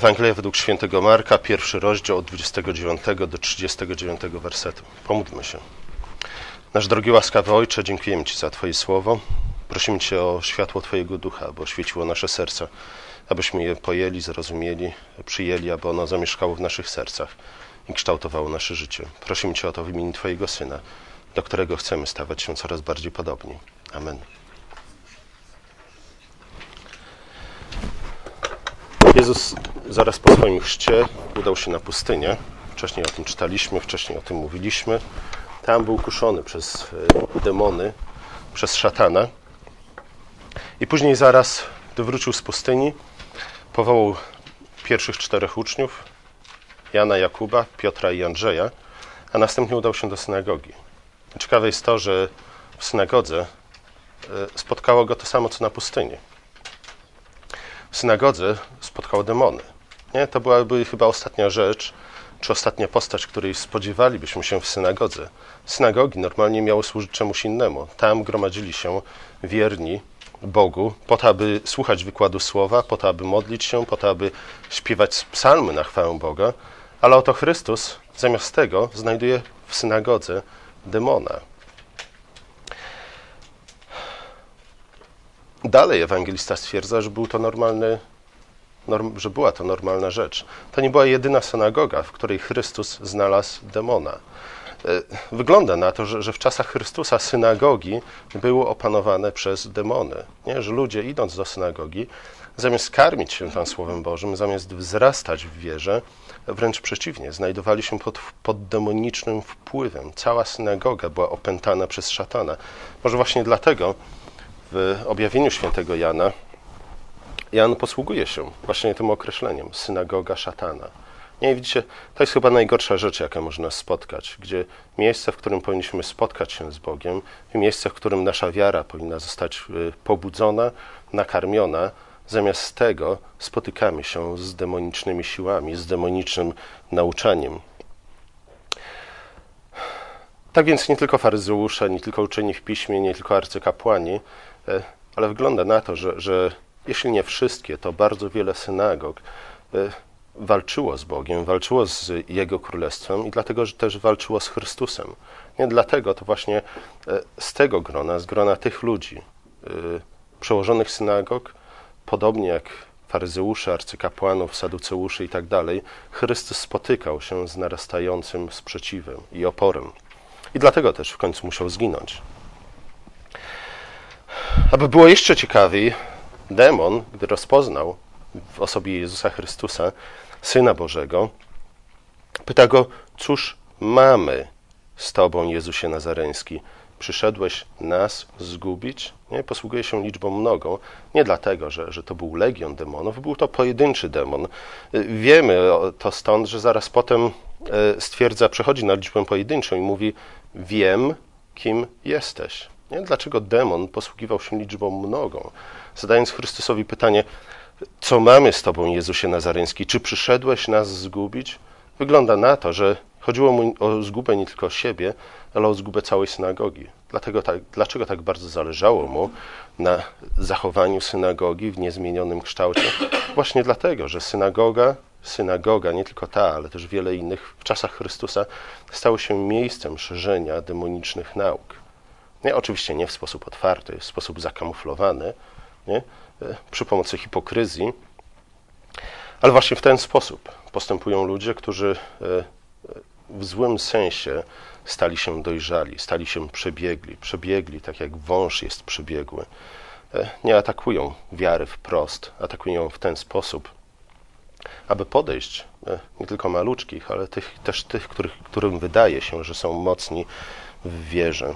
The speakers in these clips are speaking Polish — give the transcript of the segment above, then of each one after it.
Ewangelia według świętego Marka, 1 rozdział od 29 do 39 wersetu. Pomódlmy się. Nasz drogi łaskawy Ojcze, dziękujemy Ci za Twoje słowo. Prosimy Cię o światło Twojego Ducha, aby oświeciło nasze serca, abyśmy je pojęli, zrozumieli, przyjęli, aby ono zamieszkało w naszych sercach i kształtowało nasze życie. Prosimy Cię o to w imieniu Twojego Syna, do którego chcemy stawać się coraz bardziej podobni. Amen. Jezus zaraz po swoim chrzcie udał się na pustynię. Wcześniej o tym czytaliśmy, wcześniej o tym mówiliśmy. Tam był kuszony przez demony, przez szatana. I później zaraz, gdy wrócił z pustyni, powołał pierwszych 4 uczniów, Jana, Jakuba, Piotra i Andrzeja, a następnie udał się do synagogi. Ciekawe jest to, że w synagodze spotkało go to samo, co na pustyni. W synagodze spotkało demony. Nie? To byłaby chyba ostatnia rzecz, czy ostatnia postać, której spodziewalibyśmy się w synagodze. Synagogi normalnie miały służyć czemuś innemu. Tam gromadzili się wierni Bogu, po to, aby słuchać wykładu słowa, po to, aby modlić się, po to, aby śpiewać psalmy na chwałę Boga, ale oto Chrystus zamiast tego znajduje w synagodze demona. Dalej ewangelista stwierdza, że była to normalna rzecz. To nie była jedyna synagoga, w której Chrystus znalazł demona. Wygląda na to, że w czasach Chrystusa synagogi były opanowane przez demony. Nie? Że ludzie, idąc do synagogi, zamiast karmić się tam Słowem Bożym, zamiast wzrastać w wierze, wręcz przeciwnie, znajdowali się pod demonicznym wpływem. Cała synagoga była opętana przez szatana. Może właśnie dlatego w objawieniu świętego Jana Jan posługuje się właśnie tym określeniem synagoga szatana. Nie, widzicie, to jest chyba najgorsza rzecz, jaka można nas spotkać, gdzie miejsce, w którym powinniśmy spotkać się z Bogiem, miejsce, w którym nasza wiara powinna zostać pobudzona, nakarmiona, zamiast tego spotykamy się z demonicznymi siłami, z demonicznym nauczaniem. Tak więc nie tylko faryzeusze, nie tylko uczeni w piśmie, nie tylko arcykapłani, ale wygląda na to, że jeśli nie wszystkie, to bardzo wiele synagog walczyło z Bogiem, walczyło z Jego Królestwem i dlatego że też walczyło z Chrystusem. Nie dlatego to właśnie z tego grona, z grona tych ludzi, przełożonych synagog, podobnie jak faryzeuszy, arcykapłanów, saduceuszy i tak dalej, Chrystus spotykał się z narastającym sprzeciwem i oporem. I dlatego też w końcu musiał zginąć. Aby było jeszcze ciekawiej, demon, gdy rozpoznał w osobie Jezusa Chrystusa, Syna Bożego, pyta go, cóż mamy z Tobą, Jezusie Nazareński? Przyszedłeś nas zgubić? Nie? Posługuje się liczbą mnogą, nie dlatego, że to był legion demonów, był to pojedynczy demon. Wiemy to stąd, że zaraz potem stwierdza, przechodzi na liczbę pojedynczą i mówi, wiem, kim jesteś. Nie? Dlaczego demon posługiwał się liczbą mnogą? Zadając Chrystusowi pytanie, co mamy z Tobą, Jezusie Nazareński? Czy przyszedłeś nas zgubić? Wygląda na to, że chodziło mu o zgubę nie tylko siebie, ale o zgubę całej synagogi. Dlaczego tak bardzo zależało mu na zachowaniu synagogi w niezmienionym kształcie? Właśnie dlatego, że synagoga, nie tylko ta, ale też wiele innych w czasach Chrystusa, stały się miejscem szerzenia demonicznych nauk. Nie, oczywiście nie w sposób otwarty, w sposób zakamuflowany, nie? Przy pomocy hipokryzji, ale właśnie w ten sposób postępują ludzie, którzy w złym sensie stali się dojrzali, stali się przebiegli, tak jak wąż jest przebiegły. Nie atakują wiary wprost, atakują ją w ten sposób, aby podejść nie tylko maluczkich, ale też tych, którym wydaje się, że są mocni w wierze.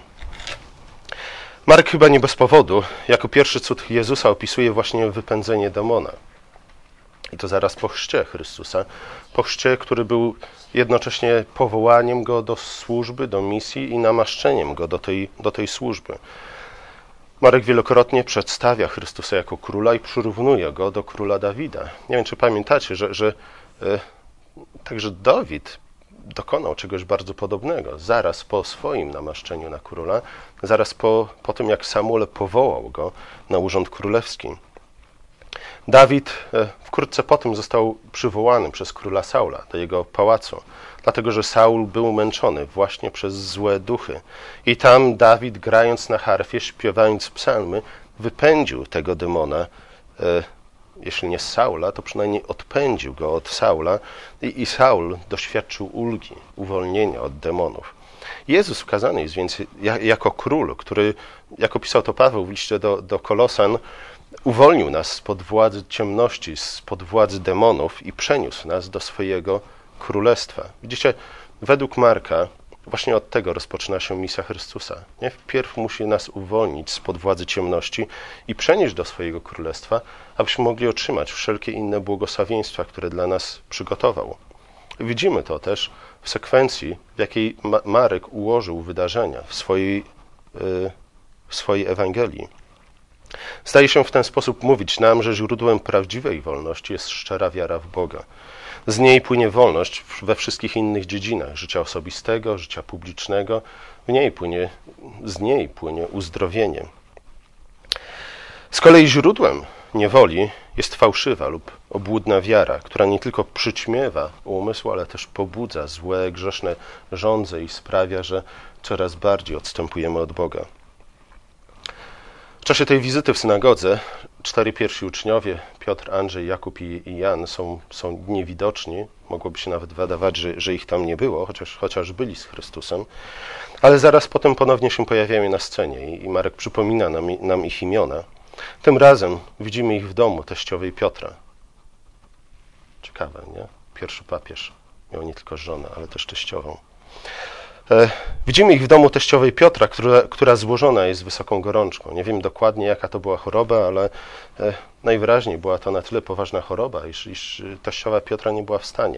Marek chyba nie bez powodu, jako pierwszy cud Jezusa opisuje właśnie wypędzenie demona. I to zaraz po chrzcie Chrystusa. Po chrzcie, który był jednocześnie powołaniem Go do służby, do misji i namaszczeniem Go do tej służby. Marek wielokrotnie przedstawia Chrystusa jako króla i przyrównuje Go do króla Dawida. Nie wiem, czy pamiętacie, że także Dawid dokonał czegoś bardzo podobnego. Zaraz po swoim namaszczeniu na króla, zaraz po tym, jak Samuel powołał go na urząd królewski. Dawid wkrótce potem został przywołany przez króla Saula do jego pałacu, dlatego że Saul był męczony właśnie przez złe duchy. I tam Dawid, grając na harfie, śpiewając psalmy, wypędził tego demona, jeśli nie z Saula, to przynajmniej odpędził go od Saula i Saul doświadczył ulgi, uwolnienia od demonów. Jezus wskazany jest więc jako król, który, jak opisał to Paweł w liście do Kolosan, uwolnił nas spod władzy ciemności, spod władzy demonów i przeniósł nas do swojego królestwa. Widzicie, według Marka właśnie od tego rozpoczyna się misja Chrystusa. Nie? Wpierw musi nas uwolnić spod władzy ciemności i przenieść do swojego królestwa, abyśmy mogli otrzymać wszelkie inne błogosławieństwa, które dla nas przygotował. Widzimy to też w sekwencji, w jakiej Marek ułożył wydarzenia w swojej Ewangelii. Zdaje się w ten sposób mówić nam, że źródłem prawdziwej wolności jest szczera wiara w Boga. Z niej płynie wolność we wszystkich innych dziedzinach życia osobistego, życia publicznego. Z niej płynie uzdrowienie. Z kolei źródłem niewoli jest fałszywa lub obłudna wiara, która nie tylko przyćmiewa umysł, ale też pobudza złe, grzeszne żądze i sprawia, że coraz bardziej odstępujemy od Boga. W czasie tej wizyty w synagodze 4 pierwsi uczniowie, Piotr, Andrzej, Jakub i Jan, są niewidoczni. Mogłoby się nawet wydawać, że ich tam nie było, chociaż byli z Chrystusem. Ale zaraz potem ponownie się pojawiają na scenie i Marek przypomina nam ich imiona. Tym razem widzimy ich w domu teściowej Piotra. Ciekawe, nie? Pierwszy papież miał nie tylko żonę, ale też teściową. Widzimy ich w domu teściowej Piotra, która złożona jest wysoką gorączką. Nie wiem dokładnie, jaka to była choroba, ale najwyraźniej była to na tyle poważna choroba, iż teściowa Piotra nie była w stanie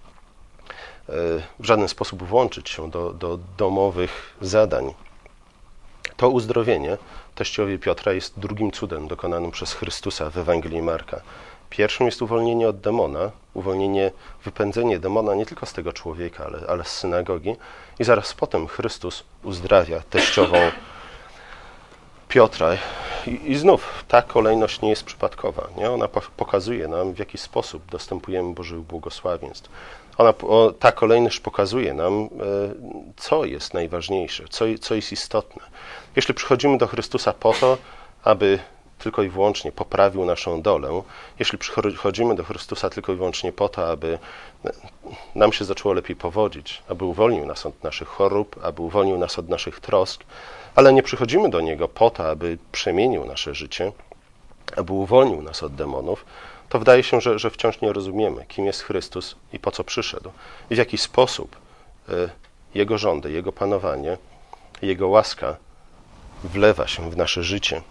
w żaden sposób włączyć się do domowych zadań. To uzdrowienie teściowej Piotra jest drugim cudem dokonanym przez Chrystusa w Ewangelii Marka. Pierwszym jest uwolnienie od demona, wypędzenie demona nie tylko z tego człowieka, ale z synagogi. I zaraz potem Chrystus uzdrawia teściową Piotra. I znów ta kolejność nie jest przypadkowa. Nie? Ona pokazuje nam, w jaki sposób dostępujemy Bożych błogosławieństw. Ta kolejność pokazuje nam, co jest najważniejsze, co jest istotne. Jeśli przychodzimy do Chrystusa po to, aby tylko i wyłącznie poprawił naszą dolę, jeśli przychodzimy do Chrystusa tylko i wyłącznie po to, aby nam się zaczęło lepiej powodzić, aby uwolnił nas od naszych chorób, aby uwolnił nas od naszych trosk, ale nie przychodzimy do Niego po to, aby przemienił nasze życie, aby uwolnił nas od demonów, to wydaje się, że wciąż nie rozumiemy, kim jest Chrystus i po co przyszedł. I w jaki sposób Jego rządy, Jego panowanie, Jego łaska wlewa się w nasze życie.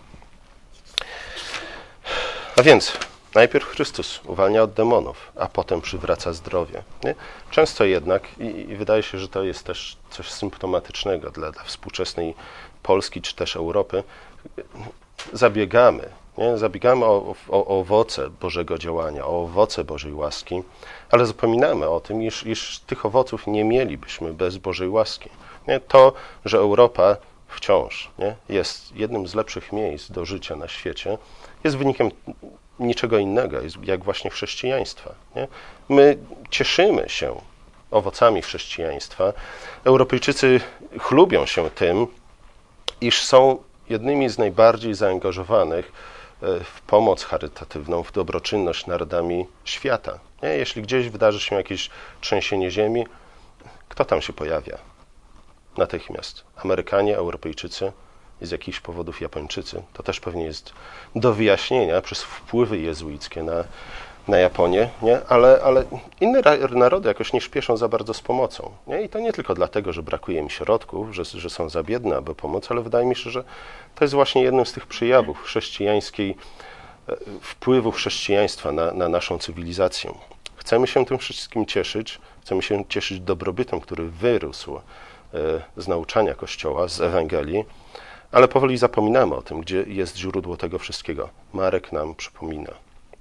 A więc najpierw Chrystus uwalnia od demonów, a potem przywraca zdrowie. Nie? Często jednak, i wydaje się, że to jest też coś symptomatycznego dla współczesnej Polski czy też Europy, zabiegamy o owoce Bożego działania, o owoce Bożej łaski, ale zapominamy o tym, iż tych owoców nie mielibyśmy bez Bożej łaski. Nie? To, że Europa wciąż jest jednym z lepszych miejsc do życia na świecie, jest wynikiem niczego innego, jak właśnie chrześcijaństwa. Nie? My cieszymy się owocami chrześcijaństwa. Europejczycy chlubią się tym, iż są jednymi z najbardziej zaangażowanych w pomoc charytatywną, w dobroczynność narodami świata. Nie? Jeśli gdzieś wydarzy się jakieś trzęsienie ziemi, kto tam się pojawia? Natychmiast. Amerykanie, Europejczycy, z jakichś powodów Japończycy. To też pewnie jest do wyjaśnienia przez wpływy jezuickie na Japonię, nie? Ale inne narody jakoś nie śpieszą za bardzo z pomocą. Nie? I to nie tylko dlatego, że brakuje im środków, że są za biedne, aby pomóc, ale wydaje mi się, że to jest właśnie jednym z tych przejawów wpływu chrześcijaństwa na naszą cywilizację. Chcemy się tym wszystkim cieszyć, chcemy się cieszyć dobrobytem, który wyrósł z nauczania Kościoła, z Ewangelii, ale powoli zapominamy o tym, gdzie jest źródło tego wszystkiego. Marek nam przypomina.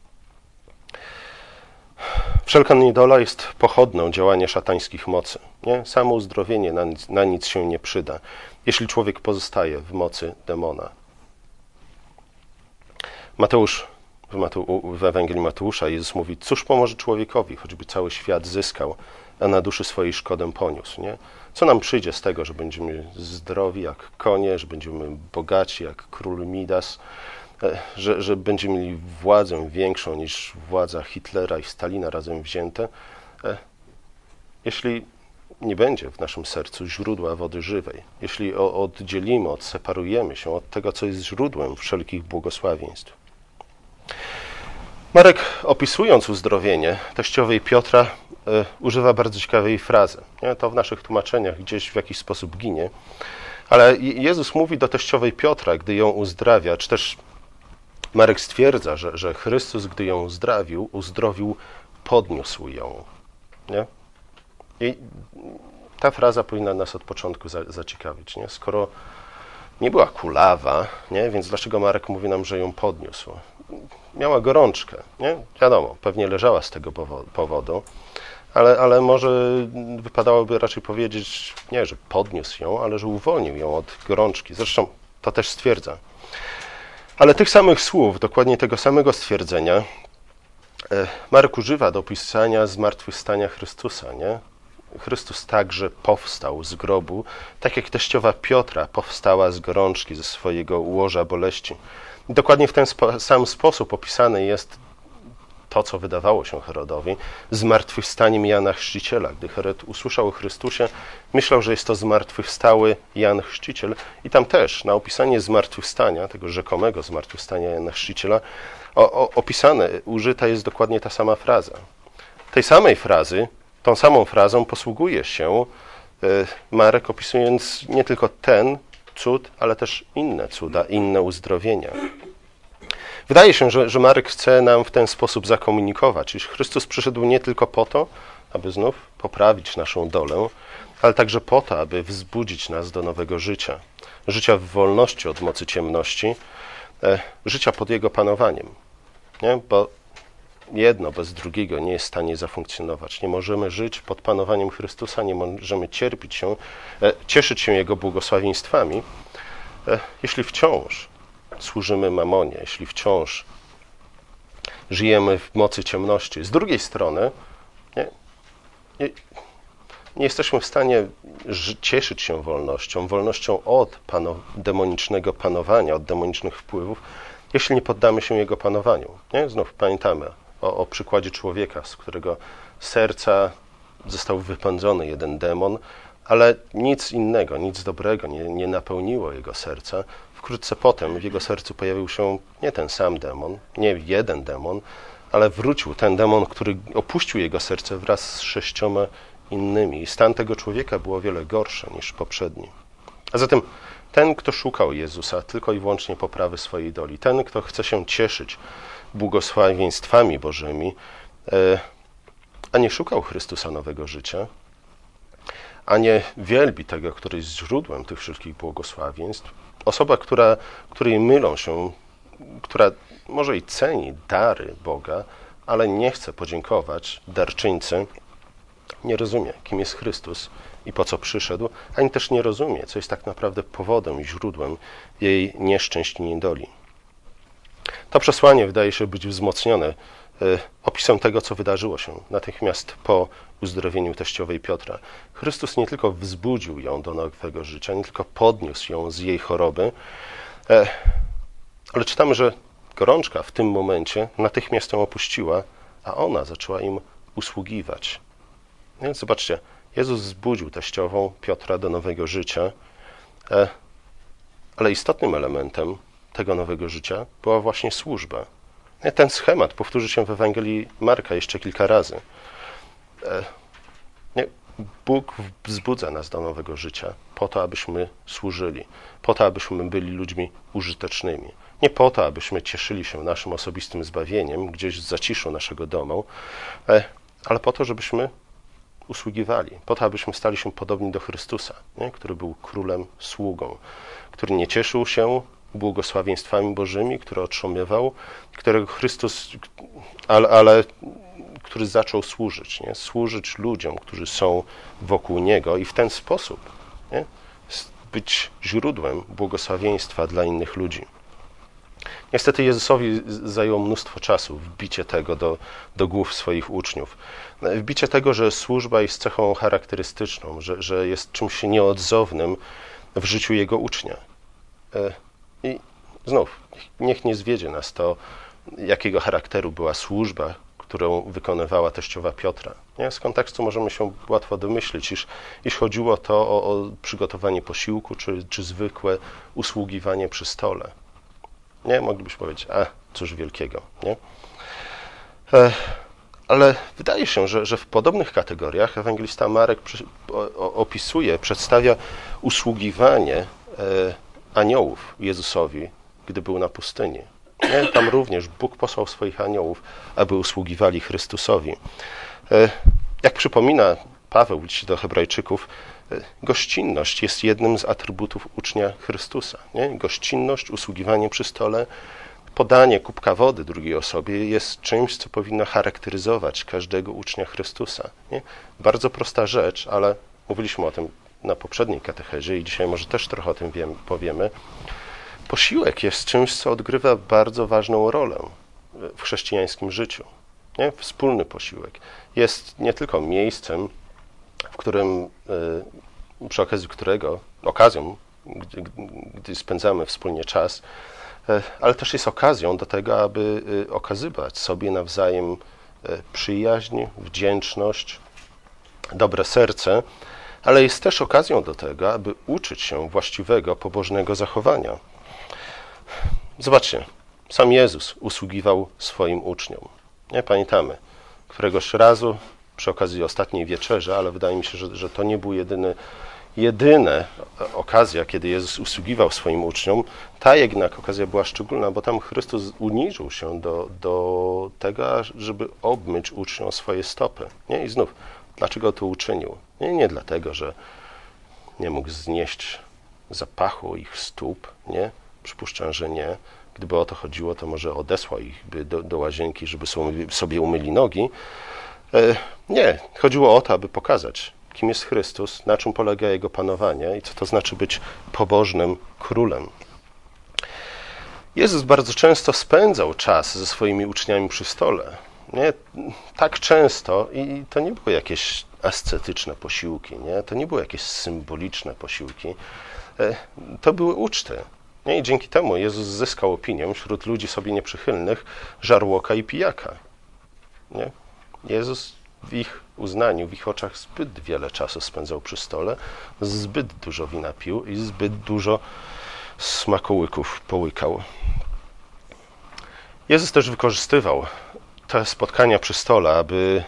Wszelka niedola jest pochodną działania szatańskich mocy. Nie? Samo uzdrowienie na nic się nie przyda, jeśli człowiek pozostaje w mocy demona. Mateusz w Ewangelii Mateusza Jezus mówi, cóż pomoże człowiekowi, choćby cały świat zyskał, a na duszy swojej szkodę poniósł. Nie? Co nam przyjdzie z tego, że będziemy zdrowi jak konie, że będziemy bogaci jak król Midas, że będziemy mieli władzę większą niż władza Hitlera i Stalina razem wzięte, jeśli nie będzie w naszym sercu źródła wody żywej, jeśli oddzielimy, odseparujemy się od tego, co jest źródłem wszelkich błogosławieństw. Marek, opisując uzdrowienie teściowej Piotra, używa bardzo ciekawej frazy. Nie? To w naszych tłumaczeniach gdzieś w jakiś sposób ginie, ale Jezus mówi do teściowej Piotra, gdy ją uzdrawia, czy też Marek stwierdza, że Chrystus, gdy ją uzdrowił, podniósł ją. Nie? I ta fraza powinna nas od początku zaciekawić. Nie? Skoro nie była kulawa, nie? Więc dlaczego Marek mówi nam, że ją podniósł? Miała gorączkę. Nie? Wiadomo, pewnie leżała z tego powodu, ale może wypadałoby raczej powiedzieć, nie, że podniósł ją, ale że uwolnił ją od gorączki. Zresztą to też stwierdza. Ale tych samych słów, dokładnie tego samego stwierdzenia, Marek używa do opisania zmartwychwstania Chrystusa, nie? Chrystus także powstał z grobu, tak jak teściowa Piotra powstała z gorączki, ze swojego łoża boleści. I dokładnie w ten sam sposób opisane jest to, co wydawało się Herodowi, zmartwychwstaniem Jana Chrzciciela. Gdy Herod usłyszał o Chrystusie, myślał, że jest to zmartwychwstały Jan Chrzciciel. I tam też na opisanie zmartwychwstania, tego rzekomego zmartwychwstania Jana Chrzciciela, użyta jest dokładnie ta sama fraza. Tej samej frazy, tą samą frazą posługuje się Marek, opisując nie tylko ten cud, ale też inne cuda, inne uzdrowienia. Wydaje się, że Marek chce nam w ten sposób zakomunikować, iż Chrystus przyszedł nie tylko po to, aby znów poprawić naszą dolę, ale także po to, aby wzbudzić nas do nowego życia. Życia w wolności od mocy ciemności, życia pod Jego panowaniem. Nie? Bo jedno bez drugiego nie jest w stanie zafunkcjonować. Nie możemy żyć pod panowaniem Chrystusa, nie możemy cieszyć się Jego błogosławieństwami, jeśli wciąż służymy mamonie, jeśli wciąż żyjemy w mocy ciemności. Z drugiej strony nie jesteśmy w stanie cieszyć się wolnością od demonicznego panowania, od demonicznych wpływów, jeśli nie poddamy się jego panowaniu. Nie? Znów pamiętamy o przykładzie człowieka, z którego serca został wypędzony jeden demon, ale nic innego, nic dobrego nie napełniło jego serca. Wkrótce potem w jego sercu pojawił się nie ten sam demon, nie jeden demon, ale wrócił ten demon, który opuścił jego serce wraz z 6 innymi. I stan tego człowieka był o wiele gorszy niż poprzedni. A zatem ten, kto szukał Jezusa tylko i wyłącznie poprawy swojej doli, ten, kto chce się cieszyć błogosławieństwami Bożymi, a nie szukał Chrystusa nowego życia, a nie wielbi tego, który jest źródłem tych wszystkich błogosławieństw, osoba, której mylą się, która może i ceni dary Boga, ale nie chce podziękować darczyńcy, nie rozumie, kim jest Chrystus i po co przyszedł, ani też nie rozumie, co jest tak naprawdę powodem i źródłem jej nieszczęść i niedoli. To przesłanie wydaje się być wzmocnione opisem tego, co wydarzyło się natychmiast po uzdrowieniu teściowej Piotra. Chrystus nie tylko wzbudził ją do nowego życia, nie tylko podniósł ją z jej choroby, ale czytamy, że gorączka w tym momencie natychmiast ją opuściła, a ona zaczęła im usługiwać. Więc zobaczcie, Jezus wzbudził teściową Piotra do nowego życia, ale istotnym elementem tego nowego życia była właśnie służba. Ten schemat powtórzy się w Ewangelii Marka jeszcze kilka razy. Bóg wzbudza nas do nowego życia po to, abyśmy służyli, po to, abyśmy byli ludźmi użytecznymi. Nie po to, abyśmy cieszyli się naszym osobistym zbawieniem gdzieś w zaciszu naszego domu, ale po to, żebyśmy usługiwali, po to, abyśmy stali się podobni do Chrystusa, nie? Który był królem, sługą, który nie cieszył się błogosławieństwami Bożymi, który otrzymywał, którego Chrystus, ale który zaczął służyć, nie? Służyć ludziom, którzy są wokół Niego i w ten sposób, nie? Być źródłem błogosławieństwa dla innych ludzi. Niestety Jezusowi zajęło mnóstwo czasu wbicie tego do głów swoich uczniów. Wbicie tego, że służba jest cechą charakterystyczną, że jest czymś nieodzownym w życiu Jego ucznia. I znów, niech nie zwiedzie nas to, jakiego charakteru była służba, którą wykonywała teściowa Piotra. Nie? Z kontekstu możemy się łatwo domyślić, iż chodziło to o przygotowanie posiłku, czy zwykłe usługiwanie przy stole. Nie? Moglibyśmy powiedzieć, cóż wielkiego. Nie? Ale wydaje się, że w podobnych kategoriach ewangelista Marek przedstawia usługiwanie aniołów Jezusowi, gdy był na pustyni. Nie? Tam również Bóg posłał swoich aniołów, aby usługiwali Chrystusowi. Jak przypomina Paweł w liście do Hebrajczyków, gościnność jest jednym z atrybutów ucznia Chrystusa. Nie? Gościnność, usługiwanie przy stole, podanie kubka wody drugiej osobie jest czymś, co powinno charakteryzować każdego ucznia Chrystusa. Nie? Bardzo prosta rzecz, ale mówiliśmy o tym na poprzedniej katechezie i dzisiaj może też trochę o tym powiemy. Posiłek jest czymś, co odgrywa bardzo ważną rolę w chrześcijańskim życiu. Nie? Wspólny posiłek jest nie tylko miejscem, w którym, przy okazji którego, gdy spędzamy wspólnie czas, ale też jest okazją do tego, aby okazywać sobie nawzajem przyjaźń, wdzięczność, dobre serce, ale jest też okazją do tego, aby uczyć się właściwego, pobożnego zachowania. Zobaczcie, sam Jezus usługiwał swoim uczniom. Nie pamiętamy któregoś razu przy okazji ostatniej wieczerzy, ale wydaje mi się, że to nie był jedyna okazja, kiedy Jezus usługiwał swoim uczniom. Ta jednak okazja była szczególna, bo tam Chrystus uniżył się do tego, żeby obmyć uczniom swoje stopy. Nie? I znów, dlaczego to uczynił? Nie dlatego, że nie mógł znieść zapachu ich stóp, nie? Przypuszczam, że nie. Gdyby o to chodziło, to może odesłał ich do łazienki, żeby sobie umyli nogi. Nie, chodziło o to, aby pokazać, kim jest Chrystus, na czym polega Jego panowanie i co to znaczy być pobożnym królem. Jezus bardzo często spędzał czas ze swoimi uczniami przy stole. Nie? Tak często i to nie były jakieś ascetyczne posiłki, nie? To nie były jakieś symboliczne posiłki. To były uczty. Nie? I dzięki temu Jezus zyskał opinię wśród ludzi sobie nieprzychylnych, żarłoka i pijaka. Nie? Jezus w ich uznaniu, w ich oczach zbyt wiele czasu spędzał przy stole, zbyt dużo wina pił i zbyt dużo smakołyków połykał. Jezus też wykorzystywał te spotkania przy stole, aby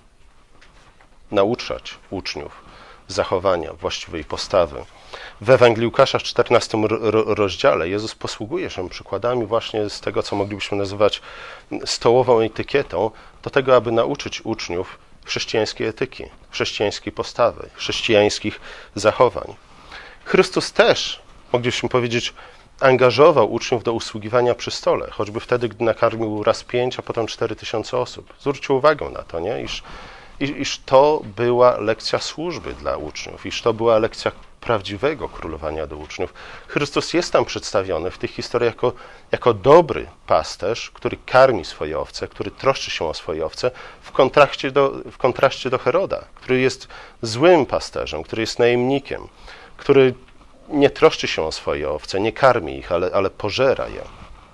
nauczać uczniów zachowania, właściwej postawy. W Ewangelii Łukasza w 14 rozdziale Jezus posługuje się przykładami właśnie z tego, co moglibyśmy nazywać stołową etykietą, do tego, aby nauczyć uczniów chrześcijańskiej etyki, chrześcijańskiej postawy, chrześcijańskich zachowań. Chrystus też, moglibyśmy powiedzieć, angażował uczniów do usługiwania przy stole, choćby wtedy, gdy nakarmił raz 5, a potem 4000 osób. Zwróćcie uwagę na to, nie? Iż to była lekcja służby dla uczniów, iż to była lekcja prawdziwego królowania do uczniów. Chrystus jest tam przedstawiony w tych historiach jako dobry pasterz, który karmi swoje owce, który troszczy się o swoje owce, w kontraście do Heroda, który jest złym pasterzem, który jest najemnikiem, który nie troszczy się o swoje owce, nie karmi ich, ale pożera je.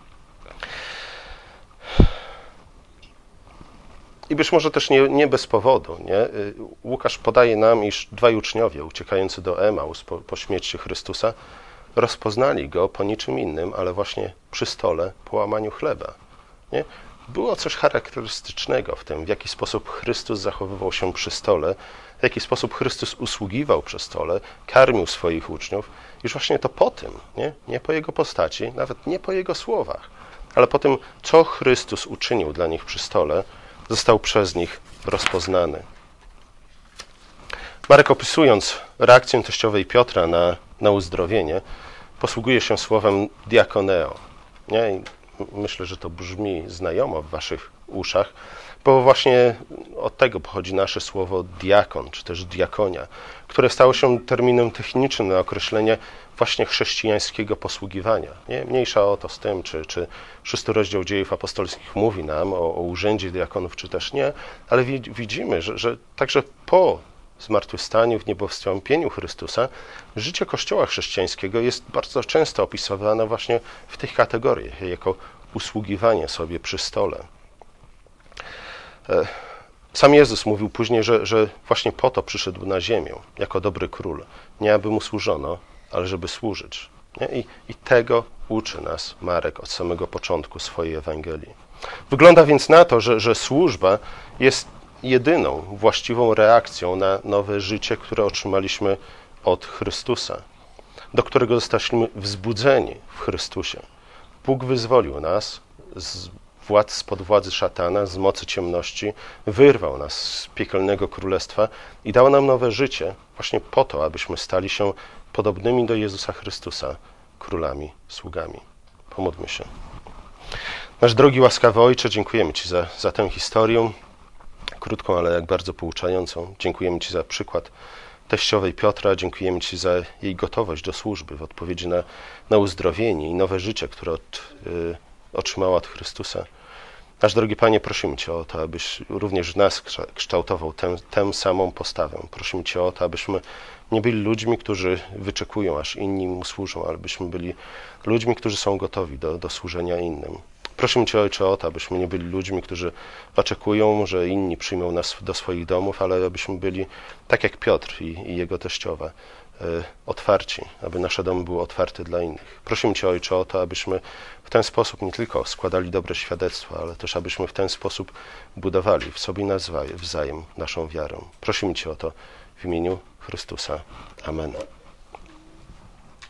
I być może też nie bez powodu. Nie? Łukasz podaje nam, iż dwaj uczniowie uciekający do Emaus po śmierci Chrystusa rozpoznali Go po niczym innym, ale właśnie przy stole po łamaniu chleba. Nie? Było coś charakterystycznego w tym, w jaki sposób Chrystus zachowywał się przy stole, w jaki sposób Chrystus usługiwał przy stole, karmił swoich uczniów, iż właśnie to po tym, nie po Jego postaci, nawet nie po Jego słowach, ale po tym, co Chrystus uczynił dla nich przy stole, został przez nich rozpoznany. Marek, opisując reakcję teściowej Piotra na uzdrowienie, posługuje się słowem diakoneo. Nie? I myślę, że to brzmi znajomo w waszych uszach, bo właśnie od tego pochodzi nasze słowo diakon, czy też diakonia, które stało się terminem technicznym na określenie właśnie chrześcijańskiego posługiwania. Nie? Mniejsza o to z tym, czy 6 rozdział Dziejów Apostolskich mówi nam o urzędzie diakonów, czy też nie, ale widzimy, że także po zmartwychwstaniu, w niebowstąpieniu Chrystusa, życie Kościoła chrześcijańskiego jest bardzo często opisywane właśnie w tych kategoriach, jako usługiwanie sobie przy stole. Sam Jezus mówił później, że właśnie po to przyszedł na ziemię, jako dobry król. Nie aby mu służono, ale żeby służyć. Nie? I tego uczy nas Marek od samego początku swojej Ewangelii. Wygląda więc na to, że służba jest jedyną właściwą reakcją na nowe życie, które otrzymaliśmy od Chrystusa, do którego zostaliśmy wzbudzeni w Chrystusie. Bóg wyzwolił nas spod władzy szatana, z mocy ciemności, wyrwał nas z piekielnego królestwa i dał nam nowe życie właśnie po to, abyśmy stali się podobnymi do Jezusa Chrystusa, królami, sługami. Pomódlmy się. Nasz drogi, łaskawy Ojcze, dziękujemy Ci za tę historię, krótką, ale jak bardzo pouczającą. Dziękujemy Ci za przykład teściowej Piotra, dziękujemy Ci za jej gotowość do służby w odpowiedzi na uzdrowienie i nowe życie, które otrzymała od Chrystusa. Nasz drogi Panie, prosimy Cię o to, abyś również w nas kształtował tę samą postawę. Prosimy Cię o to, abyśmy nie byli ludźmi, którzy wyczekują, aż inni Mu służą, ale byśmy byli ludźmi, którzy są gotowi do służenia innym. Prosimy Cię, Ojcze, o to, abyśmy nie byli ludźmi, którzy oczekują, że inni przyjmą nas do swoich domów, ale abyśmy byli tak jak Piotr i jego teściowa, otwarci, aby nasze domy były otwarte dla innych. Prosimy Cię, Ojcze, o to, abyśmy w ten sposób nie tylko składali dobre świadectwa, ale też abyśmy w ten sposób budowali w sobie nawzajem naszą wiarę. Prosimy Cię o to w imieniu Chrystusa. Amen.